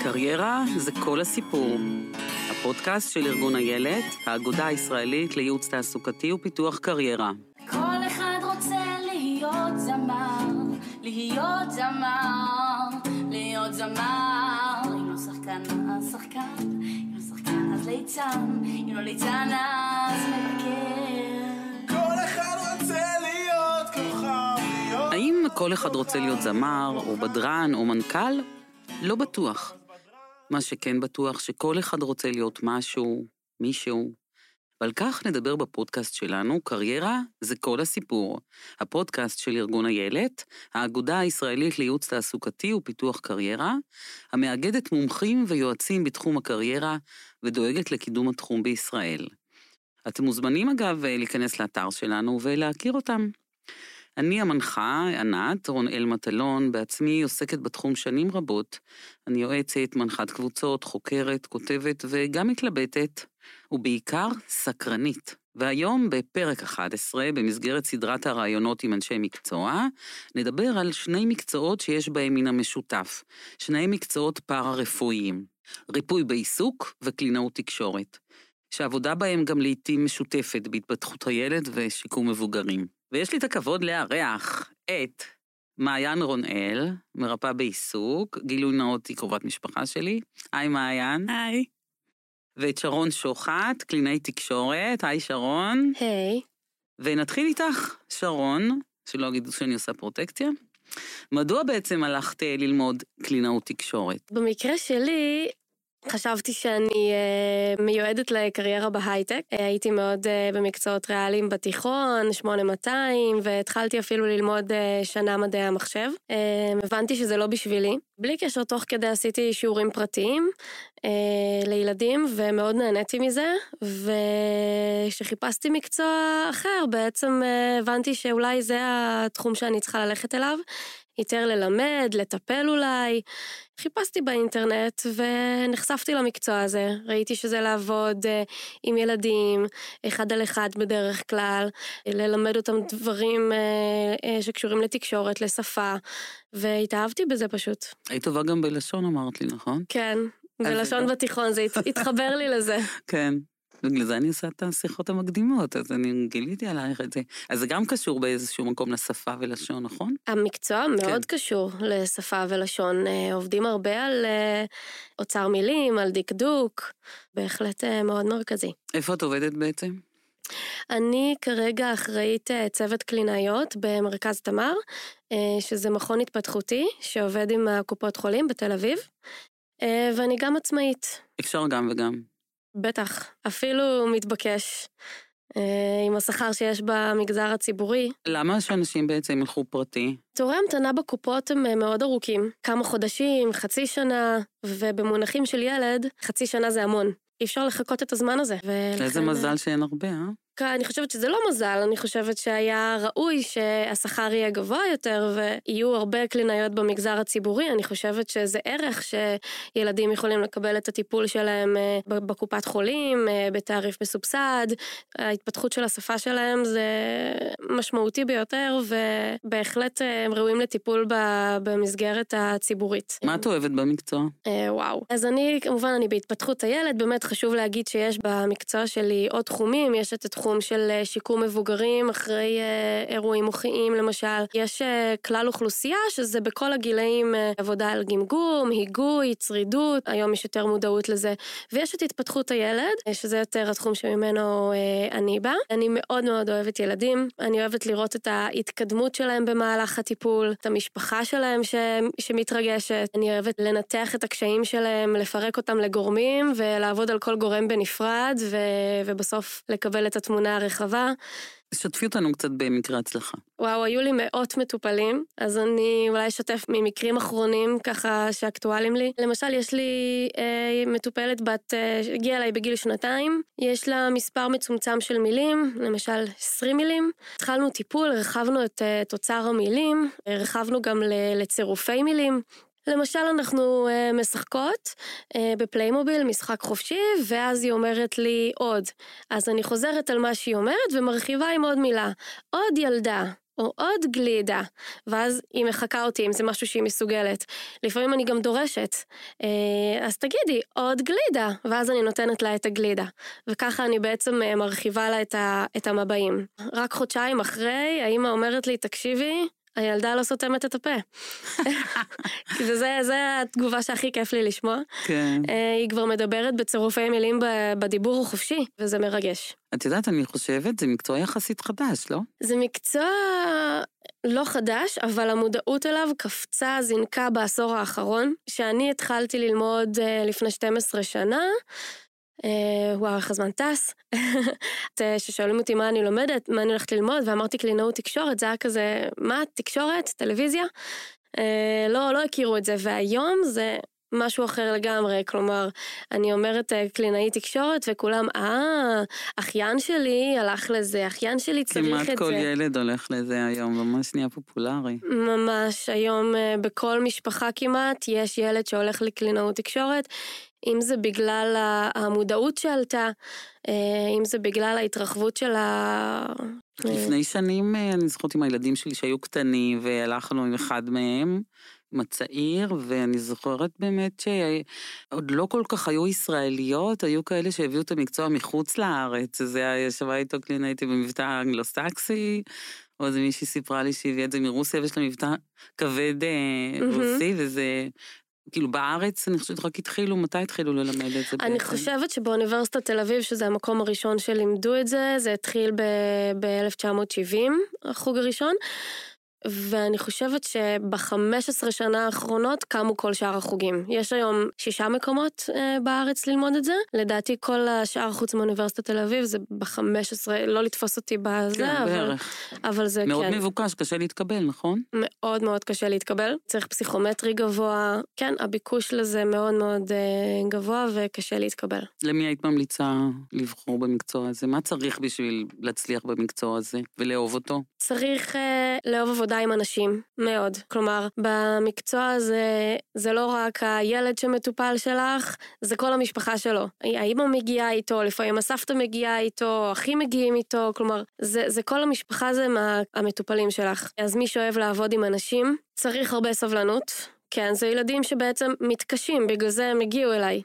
קריירה זה כל הסיפור. הפודקאסט של ארגון איילת, האגודה הישראלית לייעוץ תעסוקתי ופיתוח קריירה. כל אחד רוצה להיות זמר, להיות זמר, להיות זמר. אם לא שחקן, אז שחקן, אם לא שחקן, אז ליצן, אם לא ליצן, אז מבקר. כל אחד רוצה להיות כוכב, להיות... האם כל אחד רוצה להיות זמר, או בדרן, או מנכ"ל? לא בטוח. מה שכן בטוח שכל אחד רוצה להיות משהו, מישהו. ועל כך נדבר בפודקאסט שלנו, קריירה זה כל הסיפור. הפודקאסט של ארגון איילת, האגודה הישראלית לייעוץ תעסוקתי ופיתוח קריירה, המאגדת מומחים ויועצים בתחום הקריירה ודואגת לקידום התחום בישראל. אתם מוזמנים אגב להיכנס לאתר שלנו ולהכיר אותם. אני המנחה, ענת, רונאל מטלון, בעצמי עוסקת בתחום שנים רבות. אני יועצת, מנחת קבוצות, חוקרת, כותבת וגם מתלבטת, ובעיקר סקרנית. והיום בפרק 11, במסגרת סדרת הרעיונות עם אנשי מקצוע, נדבר על שני מקצועות שיש בהם מן המשותף, שני מקצועות פארה-רפואיים, ריפוי בעיסוק וקלינאות תקשורת, שעבודה בהם גם לעתים משותפת בהתפתחות הילד ושיקום מבוגרים. ויש לי את הכבוד לארח את מעיין רונאל, מרפאה בעיסוק, גילוי נאות היא קרובת משפחה שלי. היי מעיין. היי. ואת שרון שוחט, קלינאי תקשורת. היי שרון. היי. ונתחיל איתך, שרון, שלא אגידו שאני עושה פרוטקציה. מדוע בעצם הלכת ללמוד קלינאות תקשורת? במקרה שלי... חשבתי שאני מיועדת לקריירה בהייטק, הייתי מאוד במקצועות ריאליים בתיכון, 8200, והתחלתי אפילו ללמוד שנה מדעי המחשב. הבנתי שזה לא בשבילי. בלי קשר תוך כדי עשיתי שיעורים פרטיים לילדים, ומאוד נהניתי מזה, וכשחיפשתי מקצוע אחר, בעצם הבנתי שאולי זה התחום שאני צריכה ללכת אליו, יותר ללמד, לטפל אולי. חיפשתי באינטרנט ונחשפתי למקצוע הזה. ראיתי שזה לעבוד עם ילדים, אחד על אחד בדרך כלל, ללמד אותם דברים שקשורים לתקשורת, לשפה, והתאהבתי בזה פשוט. היית טובה גם בלשון, אמרת לי, נכון? כן, בלשון בתיכון, זה התחבר לי לזה. כן. בגלל זה אני עושה את השיחות המקדימות, אז אני גיליתי עלייך את זה. אז זה גם קשור באיזשהו מקום לשפה ולשון, נכון? המקצוע מאוד קשור לשפה ולשון. עובדים הרבה על אוצר מילים, על דקדוק, בהחלט מאוד מרכזי. איפה את עובדת בעצם? אני כרגע אחראית צוות קלינאיות במרכז תמר, שזה מכון התפתחותי, שעובד עם הקופות חולים בתל אביב, ואני גם עצמאית. אפשר גם וגם. בטח, אפילו מתבקש, עם השכר שיש במגזר הציבורי. למה שאנשים בעצם ילכו פרטי? תורי המתנה בקופות הם מאוד ארוכים, כמה חודשים, חצי שנה, ובמונחים של ילד, חצי שנה זה המון. אי אפשר לחכות את הזמן הזה. איזה מזל שאין הרבה, אני חושבת שזה לא מזל, אני חושבת שהיה ראוי שהשכר יהיה גבוה יותר, ויהיו הרבה קלינאיות במגזר הציבורי. אני חושבת שזה ערך שילדים יכולים לקבל את הטיפול שלהם בקופת חולים, בתעריף מסובסד. ההתפתחות של השפה שלהם זה משמעותי ביותר, ובהחלט הם ראויים לטיפול במסגרת הציבורית. מה את אוהבת במקצוע? וואו. אז כמובן, אני בהתפתחות הילד, באמת חשוב להגיד שיש במקצוע שלי עוד תחומים, יש את התחום של שיקום מבוגרים אחרי אירועים מוחיים למשל. יש כלל אוכלוסייה שזה בכל הגילאים עבודה על גמגום, היגוי, צרידות, היום יש יותר מודעות לזה. ויש את התפתחות הילד, שזה יותר התחום שממנו אני בא. אני מאוד מאוד אוהבת ילדים, אני אוהבת לראות את ההתקדמות שלהם במהלך הטיפול, את המשפחה שלהם שמתרגשת. אני אוהבת לנתח את הקשיים שלהם, לפרק אותם לגורמים ולעבוד על כל גורם בנפרד ובסוף לקבל את התמונה הרחבה. שתפי אותנו קצת במקרה הצלחה. וואו, היו לי מאות מטופלים, אז אני אולי אשתף ממקרים אחרונים ככה שאקטואלים לי. למשל, יש לי מטופלת הגיעה אליי בגיל 2, יש לה מספר מצומצם של מילים, למשל 20 מילים. התחלנו טיפול, רחבנו את אוצר המילים, רחבנו גם לצירופי מילים. למשל אנחנו משחקות בפליימוביל, משחק חופשי, ואז היא אומרת לי עוד. אז אני חוזרת על מה שהיא אומרת ומרחיבה עם עוד מילה. עוד ילדה. או עוד גלידה, ואז היא מחכה אותי אם זה משהו שהיא מסוגלת. לפעמים אני גם דורשת, אז תגידי, עוד גלידה, ואז אני נותנת לה את הגלידה. וככה אני בעצם מרחיבה לה את המבעים. רק חודשיים אחרי, האמא אומרת לי, תקשיבי, הילדה לא סותמת את הפה. וזה התגובה שהכי כיף לי לשמוע. כן. היא כבר מדברת בצירופי מילים בדיבור החופשי, וזה מרגש. את יודעת, אני חושבת, זה מקצוע יחסית חדש, לא? זה מקצוע לא חדש, אבל המודעות אליו קפצה, זינקה בעשור האחרון, שאני התחלתי ללמוד לפני 12 שנה, וואו, איך הזמן טס. ששואלים אותי מה אני לומדת, מה אני הולכת ללמוד, ואמרתי קלינאות תקשורת, זה היה כזה, מה, תקשורת, טלוויזיה? לא הכירו את זה, והיום זה משהו אחר לגמרי, כלומר, אני אומרת קלינאי תקשורת, וכולם, אחיין שלי הלך לזה, אחיין שלי צריך את זה. כמעט כל ילד הולך לזה היום, ממש נהיה פופולרי. ממש, היום בכל משפחה כמעט, יש ילד שהולך לקלינאות תקשורת, אם זה בגלל המודעות שעלתה, אם זה בגלל ההתרחבות של לפני שנים, אני זוכרת עם הילדים שלי שהיו קטנים, והלכנו עם אחד מהם, עם הצעיר, ואני זוכרת באמת שעוד לא כל כך היו ישראליות, היו כאלה שהביאו את המקצוע מחוץ לארץ, זה ישבה איתו קלינאית במבטא אנגלוסקסי, או זה מישהי סיפרה לי שהביאה את זה מרוסיה, ויש לה מבטא כבד רוסי, וזה כאילו בארץ, אני חושבת רק מתי התחילו ללמד את זה? אני חושבת שבאוניברסיטת תל אביב, שזה המקום הראשון שלימדו את זה, זה התחיל ב-1970, החוג הראשון, ואני חושבת שב-15 שנה האחרונות קמו כל שאר החוגים. יש היום 6 מקומות בארץ ללמוד את זה. לדעתי כל השאר חוץ מאוניברסיטת תל אביב זה ב-15, לא לתפוס אותי בזה, כן, אבל זה מאוד כן. מבוקש, קשה להתקבל, נכון? מאוד מאוד קשה להתקבל. צריך פסיכומטרי גבוה. כן, הביקוש לזה מאוד מאוד גבוה וקשה להתקבל. למי היית ממליצה לבחור במקצוע הזה? מה צריך בשביל להצליח במקצוע הזה ולאהוב אותו? צריך לאהוב עבודה עם אנשים, מאוד. כלומר, במקצוע הזה, זה לא רק הילד שמטופל שלך, זה כל המשפחה שלו. האמא מגיעה איתו, לפעמים הסבתא מגיעה איתו, אחים מגיעים איתו, כלומר, זה כל המשפחה זה מהמטופלים שלך. אז מי שאוהב לעבוד עם אנשים, צריך הרבה סבלנות. כן, זה ילדים שבעצם מתקשים, בגלל זה הם הגיעו אליי.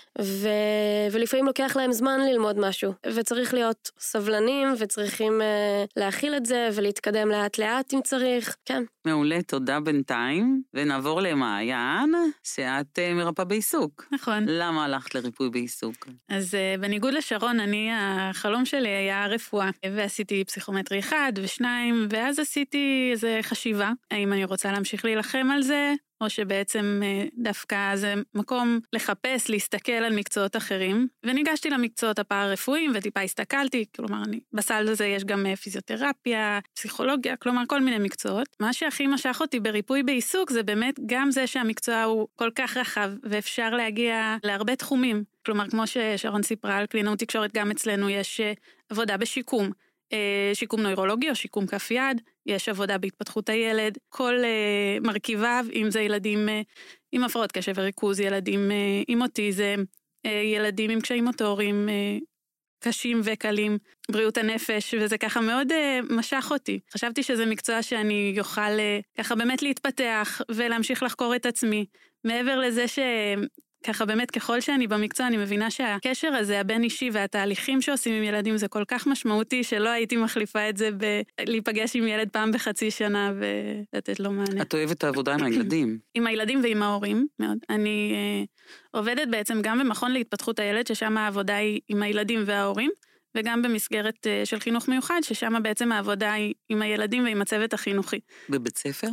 ולפעמים לוקח להם זמן ללמוד משהו, וצריך להיות סבלנים, וצריכים להכיל את זה, ולהתקדם לאט לאט אם צריך, כן. מעולה, תודה בינתיים, ונעבור למעיין, שאת מרפאה בעיסוק. נכון. למה הלכת לריפוי בעיסוק? אז בניגוד לשרון, החלום שלי היה רפואה, ועשיתי פסיכומטרי 1 ו2, ואז עשיתי איזה חשיבה, האם אני רוצה להמשיך להילחם על זה, או שבעצם דווקא זה מקום לחפש, להסתכל על מקצועות אחרים, וניגשתי למקצועות הפארה-רפואיים, וטיפה הסתכלתי, כלומר, בסל הזה יש גם פיזיותרפיה, פסיכולוגיה, כלומר, כל מיני מקצועות. מה שהכי משך אותי בריפוי בעיסוק, זה באמת גם זה שהמקצוע הוא כל כך רחב, ואפשר להגיע להרבה תחומים. כלומר, כמו ששרון סיפרה על קלינאות תקשורת, גם אצלנו יש עבודה בשיקום, שיקום נוירולוגי או שיקום כף יד, יש עבודה בהתפתחות הילד, כל מרכיביו, אם זה ילדים עם הפרעות קשב וריכוז, ילדים עם אוטיזם, ילדים עם קשיים מוטוריים, קשים וקלים, בריאות הנפש, וזה ככה מאוד משך אותי. חשבתי שזה מקצוע שאני יוכל ככה באמת להתפתח ולהמשיך לחקור את עצמי, מעבר לזה ככה באמת ככל שאני במקצוע אני מבינה שהקשר הזה הבין אישי והתהליכים שעושים עם ילדים זה כל כך משמעותי שלא הייתי מחליפה את זה להיפגש עם ילד פעם בחצי שנה ולתת לו מענה. את אוהבת את העבודה עם הילדים? עם הילדים ועם ההורים, מאוד. אני עובדת בעצם גם במכון להתפתחות הילד ששם העבודה היא עם הילדים וההורים וגם במסגרת של חינוך מיוחד ששם בעצם העבודה היא עם הילדים ועם הצוות החינוכי. בבית ספר?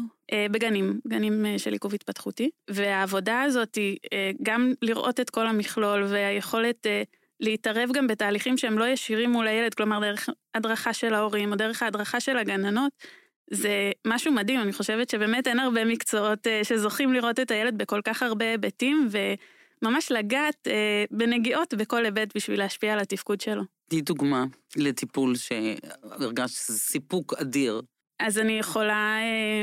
גנים של עיכוב התפתחותי, והעבודה הזאת היא גם לראות את כל המכלול, והיכולת להתערב גם בתהליכים שהם לא ישירים מול הילד, כלומר דרך הדרכה של ההורים, או דרך ההדרכה של הגננות, זה משהו מדהים, אני חושבת שבאמת אין הרבה מקצועות שזוכים לראות את הילד בכל כך הרבה היבטים, וממש לגעת בנגיעות בכל היבט בשביל להשפיע על התפקוד שלו. תהי דוגמה לטיפול שהרגש סיפוק אדיר. אז אני יכולה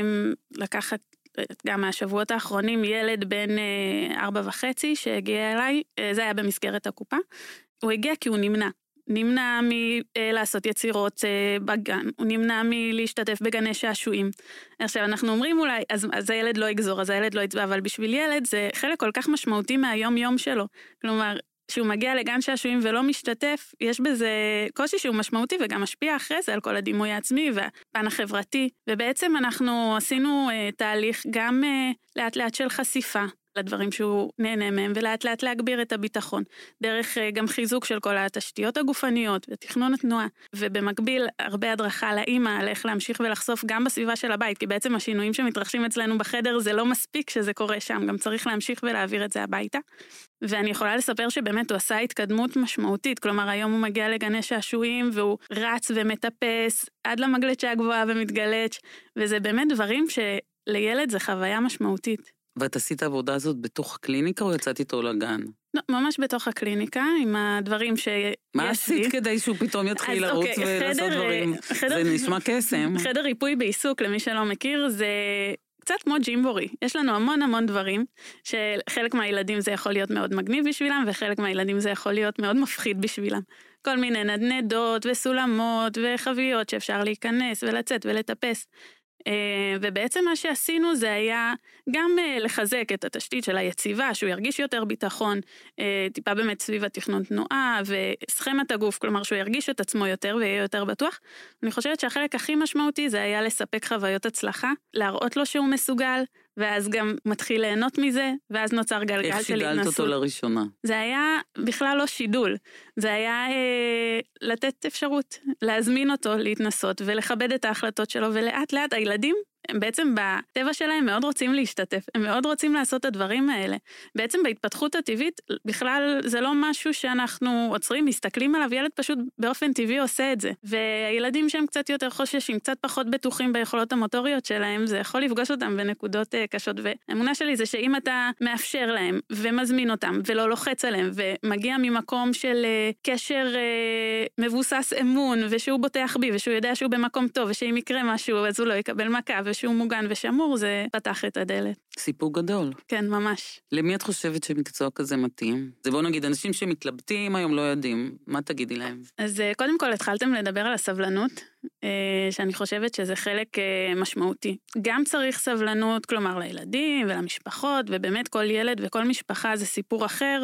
לקחת גם מהשבועות האחרונים ילד בן 4.5 שהגיע אליי, זה היה במסגרת הקופה, הוא הגיע כי הוא נמנע, נמנע מלעשות יצירות בגן, הוא נמנע מלהשתתף בגני שעשועים. עכשיו, אנחנו אומרים אולי, אז הילד לא יגזור, אז הילד לא יצבע, אבל בשביל ילד זה חלק כל כך משמעותי מהיום-יום שלו. כלומר, שהוא מגיע לגן שעשועים ולא משתתף, יש בזה קושי שהוא משמעותי וגם משפיע אחרי זה על כל הדימוי העצמי והפן החברתי. ובעצם אנחנו עשינו תהליך גם לאט לאט של חשיפה לדברים שהוא נהנה מהם, ולאט לאט להגביר את הביטחון, דרך גם חיזוק של כל התשתיות הגופניות ותכנון התנועה, ובמקביל הרבה הדרכה לאמא על איך להמשיך ולחשוף גם בסביבה של הבית, כי בעצם השינויים שמתרחשים אצלנו בחדר זה לא מספיק שזה קורה שם, גם צריך להמשיך ולהעביר את זה הביתה. ואני יכולה לספר שבאמת הוא עשה התקדמות משמעותית, כלומר היום הוא מגיע לגני שעשועים והוא רץ ומטפס עד למגלצ'ה הגבוהה ומתגלץ', וזה באמת דברים שלילד זה חוויה משמעותית. ואת עשית העבודה הזאת בתוך הקליניקה או יצאת איתו לגן? לא, ממש בתוך הקליניקה, עם הדברים שיש לי. מה עשית כדי שהוא פתאום יתחיל לרוץ ולעשות דברים? זה נשמע קסם. חדר ריפוי בעיסוק, למי שלא מכיר, זה קצת כמו ג'ימבורי. יש לנו המון המון דברים, שחלק מהילדים זה יכול להיות מאוד מגניב בשבילם, וחלק מהילדים זה יכול להיות מאוד מפחיד בשבילם. כל מיני נדנדות וסולמות וחביות שאפשר להיכנס ולצאת ולטפס. ובעצם מה שעשינו זה היה גם לחזק את התשתית של היציבה, שהוא ירגיש יותר ביטחון, טיפה באמת סביב התכנון תנועה וסכמת הגוף, כלומר שהוא ירגיש את עצמו יותר ויהיה יותר בטוח. אני חושבת שהחלק הכי משמעותי זה היה לספק חוויות הצלחה, להראות לו שהוא מסוגל, ואז גם מתחיל ליהנות מזה, ואז נוצר גלגל של התנסות. איך שידלת אותו לראשונה? זה היה בכלל לא שידול, זה היה לתת אפשרות, להזמין אותו להתנסות, ולכבד את ההחלטות שלו, ולאט לאט הילדים, הם בעצם בטבע שלהם מאוד רוצים להשתתף, הם מאוד רוצים לעשות את הדברים האלה. בעצם בהתפתחות הטבעית, בכלל זה לא משהו שאנחנו עוצרים, מסתכלים עליו, ילד פשוט באופן טבעי עושה את זה. והילדים שהם קצת יותר חוששים, קצת פחות בטוחים ביכולות המוטוריות שלהם, זה יכול לפגוש אותם בנקודות קשות. והאמונה שלי זה שאם אתה מאפשר להם ומזמין אותם ולא לוחץ עליהם, ומגיע ממקום של קשר מבוסס אמון, ושהוא בוטח בי, ושהוא יודע שהוא במקום טוב, ושאם יקרה משהו, אז הוא לא יקבל מכה, שהוא מוגן ושמור, זה פתח את הדלת. סיפוק גדול. כן, ממש. למי את חושבת שמקצוע כזה מתאים? זה בוא נגיד, אנשים שמתלבטים היום לא יודעים, מה תגידי להם? אז קודם כל התחלתם לדבר על הסבלנות, שאני חושבת שזה חלק משמעותי. גם צריך סבלנות, כלומר לילדים ולמשפחות, ובאמת כל ילד וכל משפחה זה סיפור אחר,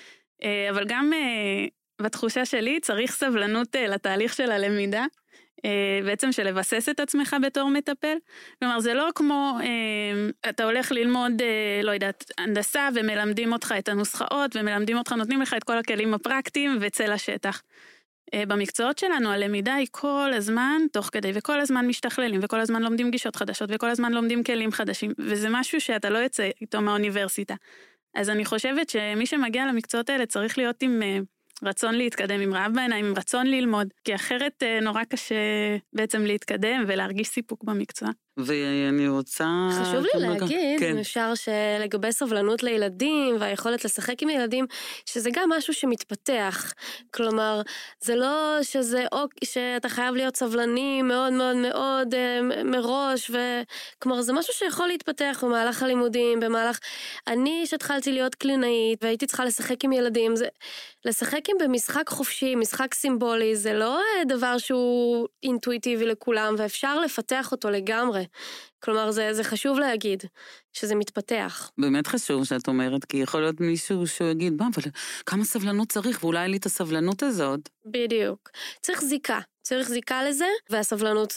אבל גם בתחושה שלי צריך סבלנות לתהליך של הלמידה, בעצם של לבסס את עצמך בתור מטפל. כלומר, זה לא כמו, אתה הולך ללמוד, לא יודעת, הנדסה, ומלמדים אותך את הנוסחאות, ומלמדים אותך, נותנים לך את כל הכלים הפרקטיים, וצא לשטח. במקצועות שלנו, הלמידה היא כל הזמן, תוך כדי, וכל הזמן משתכללים, וכל הזמן לומדים גישות חדשות, וכל הזמן לומדים כלים חדשים, וזה משהו שאתה לא יוצא איתו מהאוניברסיטה. אז אני חושבת שמי שמגיע למקצועות האלה צריך להיות עם רצון להתקדם, עם רעב בעיניים, עם רצון ללמוד, כי אחרת נורא קשה בעצם להתקדם ולהרגיש סיפוק במקצוע. ואני רוצה... חשוב לי להגיד, אם אפשר שלגבי סבלנות לילדים והיכולת לשחק עם ילדים, שזה גם משהו שמתפתח. כלומר, זה לא שזה, שאתה חייב להיות סבלני מאוד מאוד מאוד מראש, כלומר, זה משהו שיכול להתפתח במהלך הלימודים, אני שהתחלתי להיות קלינאית, והייתי צריכה לשחק עם ילדים, לשחק עם במשחק חופשי, משחק סימבולי, זה לא דבר שהוא אינטואיטיבי לכולם, ואפשר לפתח אותו לגמרי. כלומר, זה חשוב להגיד, שזה מתפתח. באמת חשוב שאת אומרת, כי יכול להיות מישהו שהוא יגיד, אבל כמה סבלנות צריך, ואולי אין לי את הסבלנות הזאת. בדיוק. צריך זיקה לזה, והסבלנות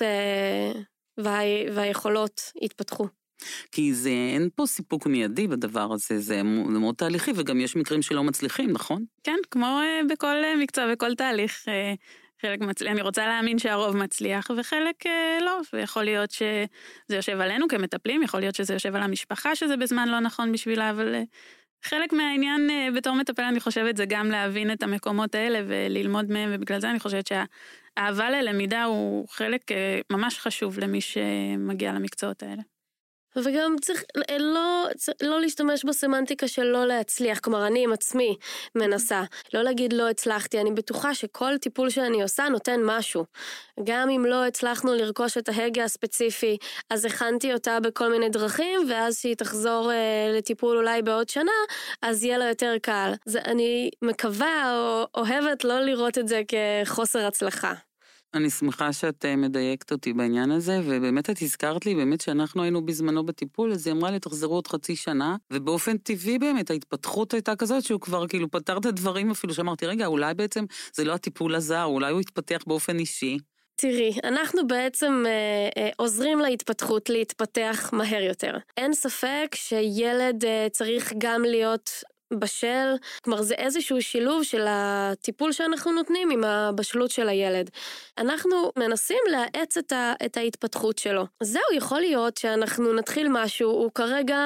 והיכולות יתפתחו. כי אין פה סיפוק מיידי בדבר הזה, זה מאוד תהליכי, וגם יש מקרים שלא מצליחים, נכון? כן, כמו בכל מקצוע וכל תהליך, חלק מצליח, אני רוצה להאמין שהרוב מצליח, וחלק לא, ויכול להיות שזה יושב עלינו כמטפלים, יכול להיות שזה יושב על המשפחה, שזה בזמן לא נכון בשבילה, אבל חלק מהעניין בתור מטפל, אני חושבת, זה גם להבין את המקומות האלה וללמוד מהם, ובגלל זה אני חושבת שהאהבה ללמידה הוא חלק ממש חשוב למי שמגיע למקצועות האלה. וגם צריך לא להשתמש בסמנטיקה של לא להצליח, כלומר אני עם עצמי מנסה, לא להגיד לא הצלחתי, אני בטוחה שכל טיפול שאני עושה נותן משהו, גם אם לא הצלחנו לרכוש את ההגה הספציפי, אז הכנתי אותה בכל מיני דרכים, ואז שהיא תחזור לטיפול אולי בעוד שנה, אז יהיה לה יותר קל. אני מקווה או אוהבת לא לראות את זה כחוסר הצלחה. אני שמחה שאת מדייקת אותי בעניין הזה, ובאמת את הזכרת לי, באמת שאנחנו היינו בזמנו בטיפול, אז היא אמרה לי, תחזרו עוד חצי שנה, ובאופן טבעי באמת, ההתפתחות הייתה כזאת, שהוא כבר כאילו פתר את הדברים אפילו, שאמרתי, רגע, אולי בעצם זה לא הטיפול הזר, אולי הוא יתפתח באופן אישי. תראי, אנחנו בעצם עוזרים להתפתחות להתפתח מהר יותר. אין ספק שילד צריך גם להיות בשל, כלומר זה איזשהו שילוב של הטיפול שאנחנו נותנים עם הבשלות של הילד. אנחנו מנסים להאץ את ההתפתחות שלו. זהו, יכול להיות שאנחנו נתחיל משהו, הוא כרגע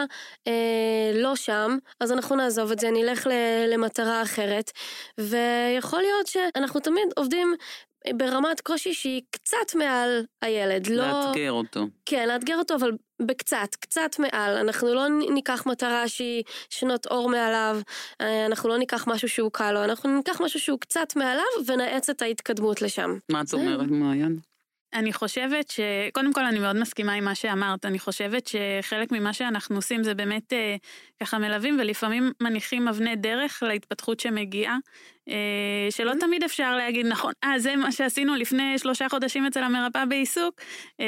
לא שם, אז אנחנו נעזוב את זה, נלך למטרה אחרת, ויכול להיות שאנחנו תמיד עובדים ברמת קושי שהיא קצת מעל הילד. לאתגר אותו. כן, לאתגר אותו, אבל קצת מעל. אנחנו לא ניקח מטרה שהיא שנות אור מעליו, אנחנו לא ניקח משהו שהוא קל לו, אנחנו ניקח משהו שהוא קצת מעליו ונעץ את ההתקדמות לשם. מה את אומרת, מעיין? אני חושבת קודם כל אני מאוד מסכימה עם מה שאמרת, אני חושבת שחלק ממה שאנחנו עושים זה באמת ככה מלווים ולפעמים מניחים אבני דרך להתפתחות שמגיעה, שלא תמיד אפשר להגיד נכון, זה מה שעשינו לפני 3 חודשים אצל המרפאה בעיסוק,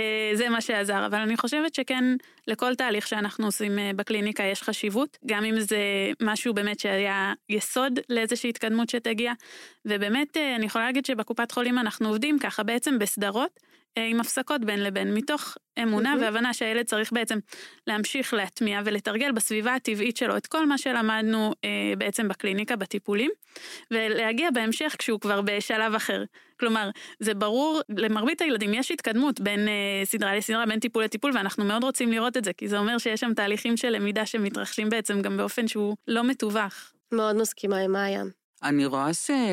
זה מה שעזר, אבל אני חושבת שכן לכל תהליך שאנחנו עושים בקליניקה יש חשיבות, גם אם זה משהו באמת שהיה יסוד לאיזושהי התקדמות שתגיע, ובאמת אני יכולה להגיד שבקופת חולים אנחנו עובדים ככה בעצם בסדרות, עם הפסקות בין לבין, מתוך אמונה והבנה שהילד צריך בעצם להמשיך להטמיע ולתרגל בסביבה הטבעית שלו את כל מה שלמדנו בעצם בקליניקה, בטיפולים, ולהגיע בהמשך כשהוא כבר בשלב אחר. כלומר, זה ברור, למרבית הילדים יש התקדמות בין סדרה לסדרה, בין טיפול לטיפול, ואנחנו מאוד רוצים לראות את זה, כי זה אומר שיש שם תהליכים של למידה שמתרחשים בעצם גם באופן שהוא לא מתווך. מאוד מסכימה עם מעיין. אני רואה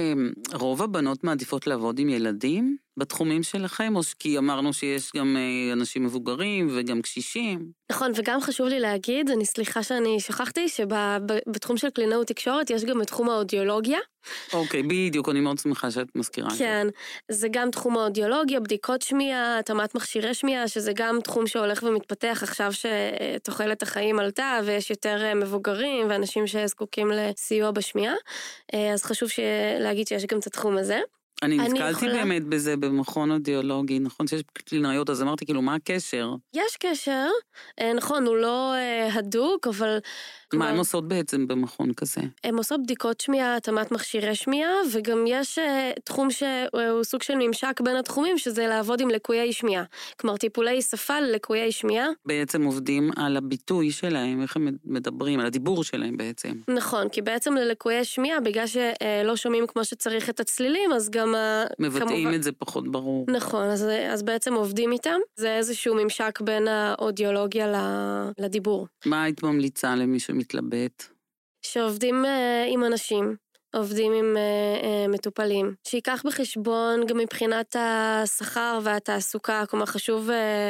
שרוב הבנות מעדיפות לעבוד עם ילדים בתחומים שלכם, או כי אמרנו שיש גם אנשים מבוגרים וגם קשישים. נכון, וגם חשוב לי להגיד, אני סליחה שאני שכחתי, שבתחום של קלינאות תקשורת יש גם את תחום האודיולוגיה. אוקיי, בדיוק, אני מאוד שמחה שאת מזכירה. כן, זה גם תחום האודיולוגיה, בדיקות שמיעה, התאמת מכשירי שמיעה, שזה גם תחום שהולך ומתפתח עכשיו שתוחלת החיים עלתה, ויש יותר מבוגרים ואנשים שזקוקים לסיוע בשמיעה, אז חשוב להגיד שיש גם את התחום הזה. אני נתקלתי באמת בזה במכון אודיולוגי, נכון שיש קלינאיות, אז אמרתי כאילו, מה הקשר? יש קשר, נכון, הוא לא הדוק, אבל... מה הן עושות בעצם במכון כזה? הן עושות בדיקות שמיעה, התאמת מכשירי שמיעה, וגם יש תחום שהוא סוג של ממשק בין התחומים, שזה לעבוד עם לקויי שמיעה. כלומר, טיפולי שפה ללקויי שמיעה. בעצם עובדים על הביטוי שלהם, איך הם מדברים, על הדיבור שלהם בעצם. נכון, כי בעצם ללקויי שמיעה, בגלל שלא שומעים כמו שצריך את הצלילים, אז גם... מבטאים את זה פחות ברור. נכון, אז בעצם עובדים איתם. זה איזשהו ממשק בין האודיולוגיה לדיבור. מה היית ממליצה למי שמתלבט? שעובדים עם אנשים, עובדים עם מטופלים, שיקח בחשבון גם מבחינת השכר והתעסוקה, כלומר חשוב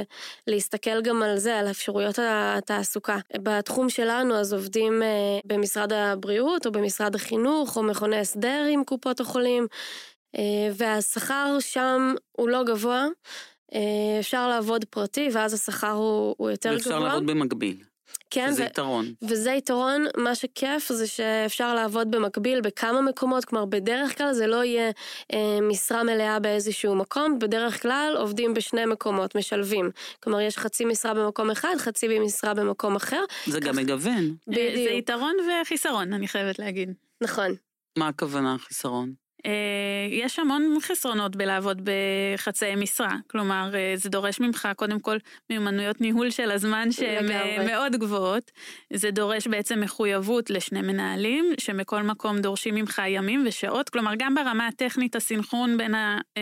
להסתכל גם על זה, על אפשרויות התעסוקה. בתחום שלנו אז עובדים במשרד הבריאות או במשרד החינוך או מכוני הסדר עם קופות החולים, והשכר שם הוא לא גבוה, אפשר לעבוד פרטי ואז השכר הוא יותר גבוה. ואפשר לעבוד במקביל. כן, זה יתרון. וזה יתרון, מה שכיף זה שאפשר לעבוד במקביל בכמה מקומות, כלומר בדרך כלל זה לא יהיה משרה מלאה באיזשהו מקום, בדרך כלל עובדים בשני מקומות, משלבים. כלומר יש חצי משרה במקום אחד, חצי משרה במקום אחר. זה גם מגוון. זה יתרון וחיסרון, אני חייבת להגיד. נכון. מה הכוונה חיסרון? יש המון חסרונות בלעבוד בחצאי משרה, כלומר זה דורש ממך קודם כל מיומנויות ניהול של הזמן שהן מאוד גבוהות, זה דורש בעצם מחויבות לשני מנהלים שמכל מקום דורשים ממך ימים ושעות, כלומר גם ברמה הטכנית הסינכרון בין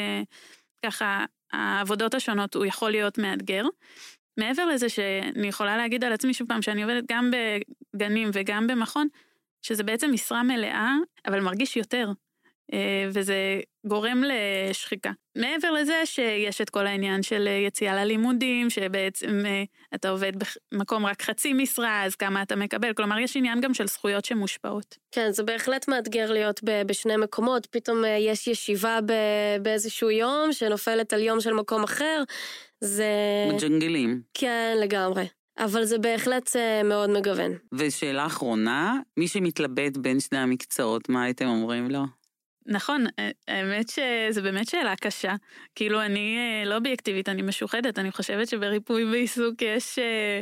ככה העבודות השונות הוא יכול להיות מאתגר. מעבר לזה שאני יכולה להגיד על עצמי שוב פעם שאני עובדת גם בגנים וגם במכון, שזה בעצם משרה מלאה אבל מרגיש יותר. וזה גורם לשחיקה. מעבר לזה שיש את כל העניין של יציאה ללימודים, שבעצם אתה עובד במקום רק חצי משרה, אז כמה אתה מקבל, כלומר יש עניין גם של זכויות שמושפעות. כן, זה בהחלט מאתגר להיות בשני מקומות, פתאום יש ישיבה באיזשהו יום, שנופלת על יום של מקום אחר, זה... בג'נגלים. כן, לגמרי. אבל זה בהחלט מאוד מגוון. ושאלה אחרונה, מי שמתלבט בין שני המקצועות, מה הייתם אומרים לו? נכון, האמת שזה באמת שאלה קשה. כאילו אני לא אובייקטיבית, אני משוחדת, אני חושבת שבריפוי בעיסוק יש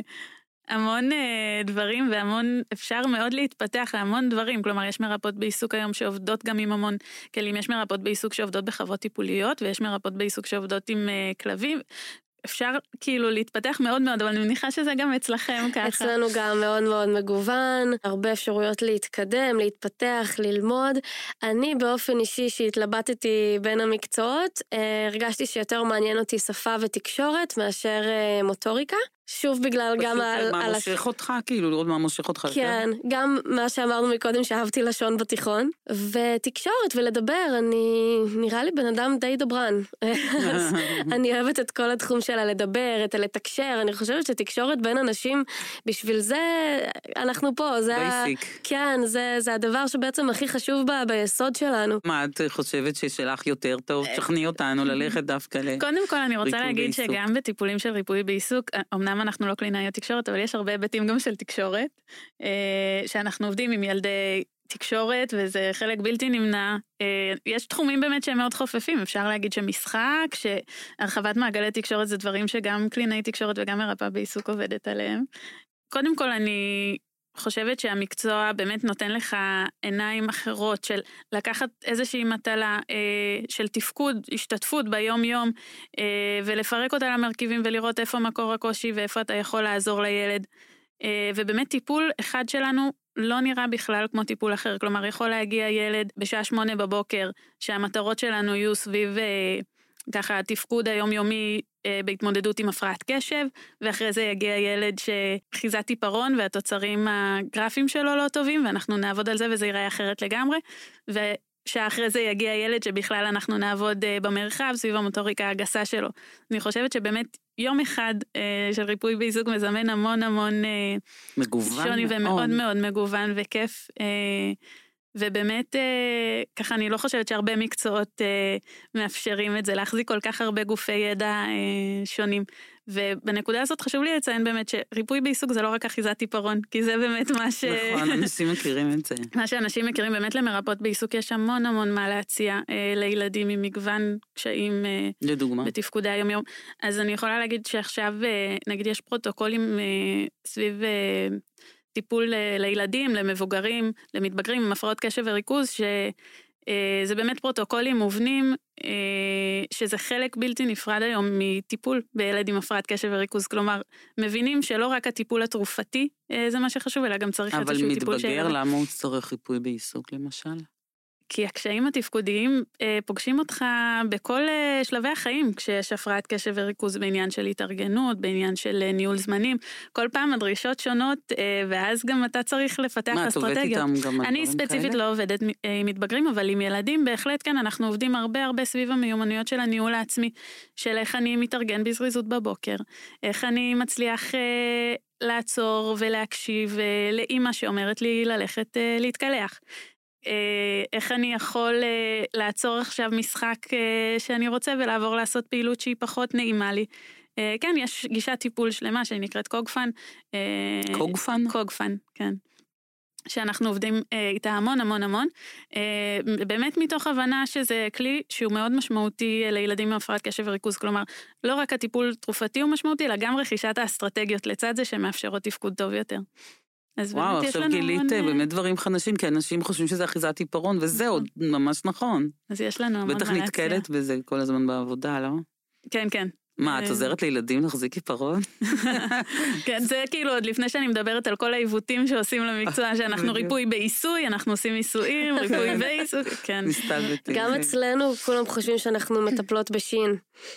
המון דברים והמון, אפשר מאוד להתפתח להמון דברים, כלומר יש מרפאות בעיסוק היום שעובדות גם עם המון כלים, יש מרפאות בעיסוק שעובדות בחוות טיפוליות, ויש מרפאות בעיסוק שעובדות עם כלבים, אפשר כאילו להתפתח מאוד מאוד, אבל אני מניחה שזה גם אצלכם ככה. אצלנו גם מאוד מאוד מגוון, הרבה אפשרויות להתקדם, להתפתח, ללמוד. אני באופן אישי שהתלבטתי בין המקצועות, הרגשתי שיותר מעניין אותי שפה ותקשורת מאשר מוטוריקה. שוב בגלל גם על... מה מושך אותך? כאילו לראות מה מושך אותך? כן, גם מה שאמרנו מקודם שאהבתי לשון בתיכון, ותקשורת ולדבר, אני נראה לי בן אדם די דברן. אני אוהבת את כל התחום שלה לדבר, את הלתקשר, אני חושבת שתקשורת בין אנשים, בשביל זה אנחנו פה. בייסיק. כן, זה הדבר שבעצם הכי חשוב ביסוד שלנו. מה, את חושבת ששלך יותר טוב? תשכנעי אותנו ללכת דווקא לריפוי בעיסוק. קודם כל אני רוצה להגיד שגם בטיפולים של ריפוי בעיסוק, אמנם אנחנו לא קלינאיות תקשורת, אבל יש הרבה היבטים גם של תקשורת, שאנחנו עובדים עם ילדי תקשורת, וזה חלק בלתי נמנע. יש תחומים באמת שהם מאוד חופפים, אפשר להגיד שמשחק, שהרחבת מעגלי תקשורת זה דברים שגם קלינאי תקשורת וגם מרפאה בעיסוק עובדת עליהם. קודם כל אני חושבת שהמקצוע באמת נותן לך עיניים אחרות של לקחת איזושהי מטלה של תפקוד, השתתפות ביום יום, ולפרק אותה למרכיבים ולראות איפה מקור הקושי ואיפה אתה יכול לעזור לילד. ובאמת טיפול אחד שלנו לא נראה בכלל כמו טיפול אחר, כלומר יכול להגיע ילד בשעה 8 בבוקר, שהמטרות שלנו יהיו סביב ככה התפקוד היומיומי בהתמודדות עם הפרעת קשב, ואחרי זה יגיע ילד שחיזת עיפרון והתוצרים הגרפיים שלו לא טובים, ואנחנו נעבוד על זה וזה ייראה אחרת לגמרי, ושאחרי זה יגיע ילד שבכלל אנחנו נעבוד במרחב סביב המוטוריקה הגסה שלו. אני חושבת שבאמת יום אחד של ריפוי בעיסוק מזמן המון המון שוני ומאוד מאוד מגוון וכיף, ובאמת ככה אני לא חושבת שהרבה מקצועות מאפשרים את זה, להחזיק כל כך הרבה גופי ידע שונים, ובנקודה הזאת חשוב לי לציין באמת שריפוי בעיסוק זה לא רק אחיזת עיפרון, כי זה באמת מה נכון, אנשים מכירים את זה. מה שאנשים מכירים באמת למרפאות בעיסוק יש המון המון מה להציע לילדים עם מגוון קשיים לדוגמה. בתפקודי היום יום. אז אני יכולה להגיד שעכשיו נגיד יש פרוטוקולים סביב טיפול לילדים, למבוגרים, למתבגרים עם הפרעות קשב וריכוז, שזה באמת פרוטוקולים מובנים, שזה חלק בלתי נפרד היום מטיפול בילד עם הפרעת קשב וריכוז, כלומר, מבינים שלא רק הטיפול התרופתי זה מה שחשוב, אלא גם צריך איזשהו טיפול אבל מתבגר, למה הוא צריך ריפוי בעיסוק למשל? כי הקשיים התפקודיים פוגשים אותך בכל שלבי החיים, כשיש הפרעת קשב וריכוז בעניין של התארגנות, בעניין של ניהול זמנים, כל פעם הדרישות שונות, ואז גם אתה צריך לפתח אסטרטגיות. מה, את עובדת איתם גם אני ספציפית לא עובדת עם מתבגרים, אבל עם ילדים בהחלט כן, אנחנו עובדים הרבה סביב המיומנויות של הניהול העצמי, של איך אני מתארגן בזריזות בבוקר, איך אני מצליח לעצור ולהקשיב לאמא שאומרת לי ללכת להתקלח. איך אני יכול לעצור עכשיו משחק שאני רוצה ולעבור לעשות פעילות שהיא פחות נעימה לי. כן, יש גישת טיפול שלמה שנקראת קוגפן. קוגפן? קוגפן, כן. שאנחנו עובדים איתה המון. באמת מתוך הבנה שזה כלי שהוא מאוד משמעותי לילדים עם הפרעת קשב וריכוז, כלומר, לא רק הטיפול תרופתי הוא משמעותי, אלא גם רכישת האסטרטגיות לצד זה שמאפשרות תפקוד טוב יותר. וואו, עכשיו גילית באמת דברים חדשים, כי אנשים חושבים שזה אחיזת עיפרון, וזה עוד ממש נכון. אז יש לנו המון בטח נתקלת בזה כל הזמן בעבודה, לא? כן. מה, את עוזרת לילדים להחזיק עיפרון? כן, זה כאילו עוד לפני שאני מדברת על כל העיוותים שעושים למקצוע, שאנחנו ריפוי בעיסוי, אנחנו עושים עיסויים, ריפוי בעיסוי, כן. גם אצלנו כולם חושבים שאנחנו מטפלות בשין.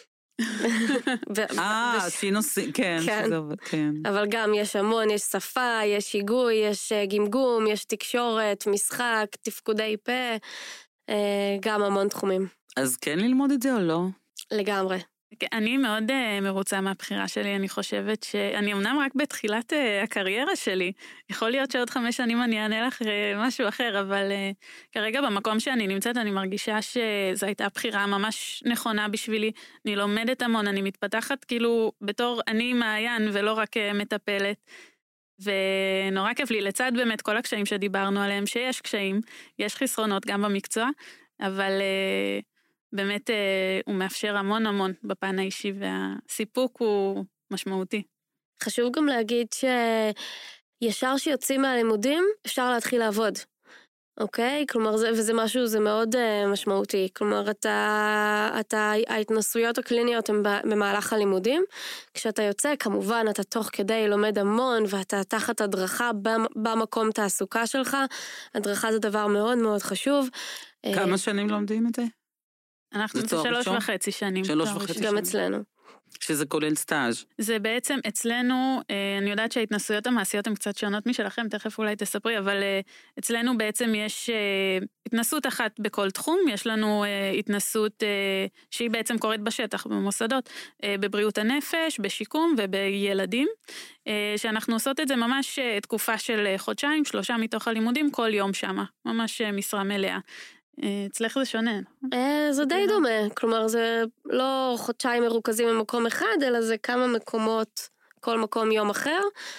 שין עושים, כן. אבל גם יש המון, יש שפה, יש היגוי, יש גמגום, יש תקשורת, משחק, תפקודי פה, גם המון תחומים. אז כן ללמוד את זה או לא? לגמרי. אני מאוד מרוצה מהבחירה שלי, אני חושבת שאני אמנם רק בתחילת הקריירה שלי, יכול להיות שעוד 5 שנים אני אענה לך משהו אחר, אבל כרגע במקום שאני נמצאת אני מרגישה שזו הייתה בחירה ממש נכונה בשבילי, אני לומדת המון, אני מתפתחת כאילו בתור אני מעיין ולא רק מטפלת, ונורא כיף לי לצד באמת כל הקשיים שדיברנו עליהם, שיש קשיים, יש חסרונות גם במקצוע, אבל באמת הוא מאפשר המון המון בפן האישי, והסיפוק הוא משמעותי. חשוב גם להגיד שישר שיוצאים מהלימודים, אפשר להתחיל לעבוד. אוקיי? כלומר, וזה משהו, זה מאוד משמעותי. כלומר, ההתנסויות הקליניות הן במהלך הלימודים. כשאתה יוצא, כמובן, אתה תוך כדי לומד המון, ואתה תחת הדרכה במקום תעסוקה שלך. הדרכה זה דבר מאוד מאוד חשוב. כמה שנים לומדים את זה? אנחנו 3.5 שנים. 3.5 גם אצלנו. שזה כולל סטאז'. זה בעצם אצלנו, אני יודעת שההתנסויות המעשיות הן קצת שונות משלכם, תכף אולי תספרי, אבל אצלנו בעצם יש התנסות אחת בכל תחום, יש לנו התנסות שהיא בעצם קורית בשטח, במוסדות, בבריאות הנפש, בשיקום ובילדים, שאנחנו עושות את זה ממש תקופה של 1-3 חודשים מתוך הלימודים, כל יום שמה, ממש משרה מלאה. אצלך זה שונה. זה די דומה, כלומר זה לא 1 חודשיים מרוכזים במקום אחד, אלא זה כמה מקומות, כל מקום יום אחר,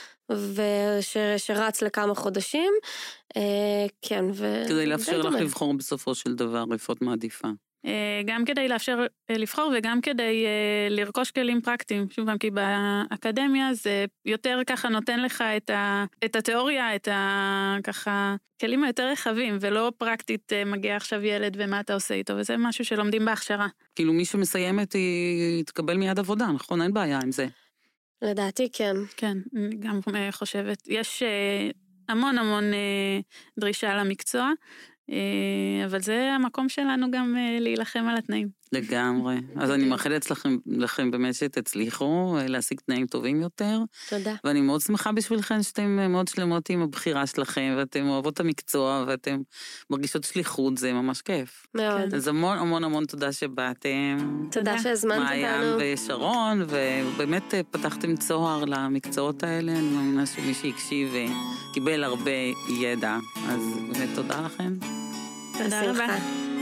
ושרץ לכמה חודשים, כן, כדי לאפשר לך לבחור בסופו של דבר איפה את מעדיפה. גם כדי לאפשר לבחור וגם כדי לרכוש כלים פרקטיים, שוב פעם, כי באקדמיה זה יותר ככה נותן לך את התיאוריה, את ככה כלים היותר רחבים, ולא פרקטית מגיע עכשיו ילד ומה אתה עושה איתו, וזה משהו שלומדים בהכשרה. כאילו מי שמסיימת היא תקבל מיד עבודה, נכון? אין בעיה עם זה. לדעתי כן. כן, אני גם חושבת. יש המון דרישה למקצוע, אבל זה המקום שלנו גם להילחם על התנאים. לגמרי. אז אני מאחלת לכם באמת שתצליחו להשיג תנאים טובים יותר. תודה. ואני מאוד שמחה בשבילכם שאתם מאוד שלמות עם הבחירה שלכם, ואתם אוהבות את המקצוע, ואתם מרגישות שליחות, זה ממש כיף. מאוד. אז המון תודה שבאתם. תודה שהזמנת אותנו. מעיין ושרון, ובאמת פתחתם צוהר למקצועות האלה, אני מאמינה שמי שהקשיב קיבל הרבה ידע, אז באמת תודה לכם. תודה רבה.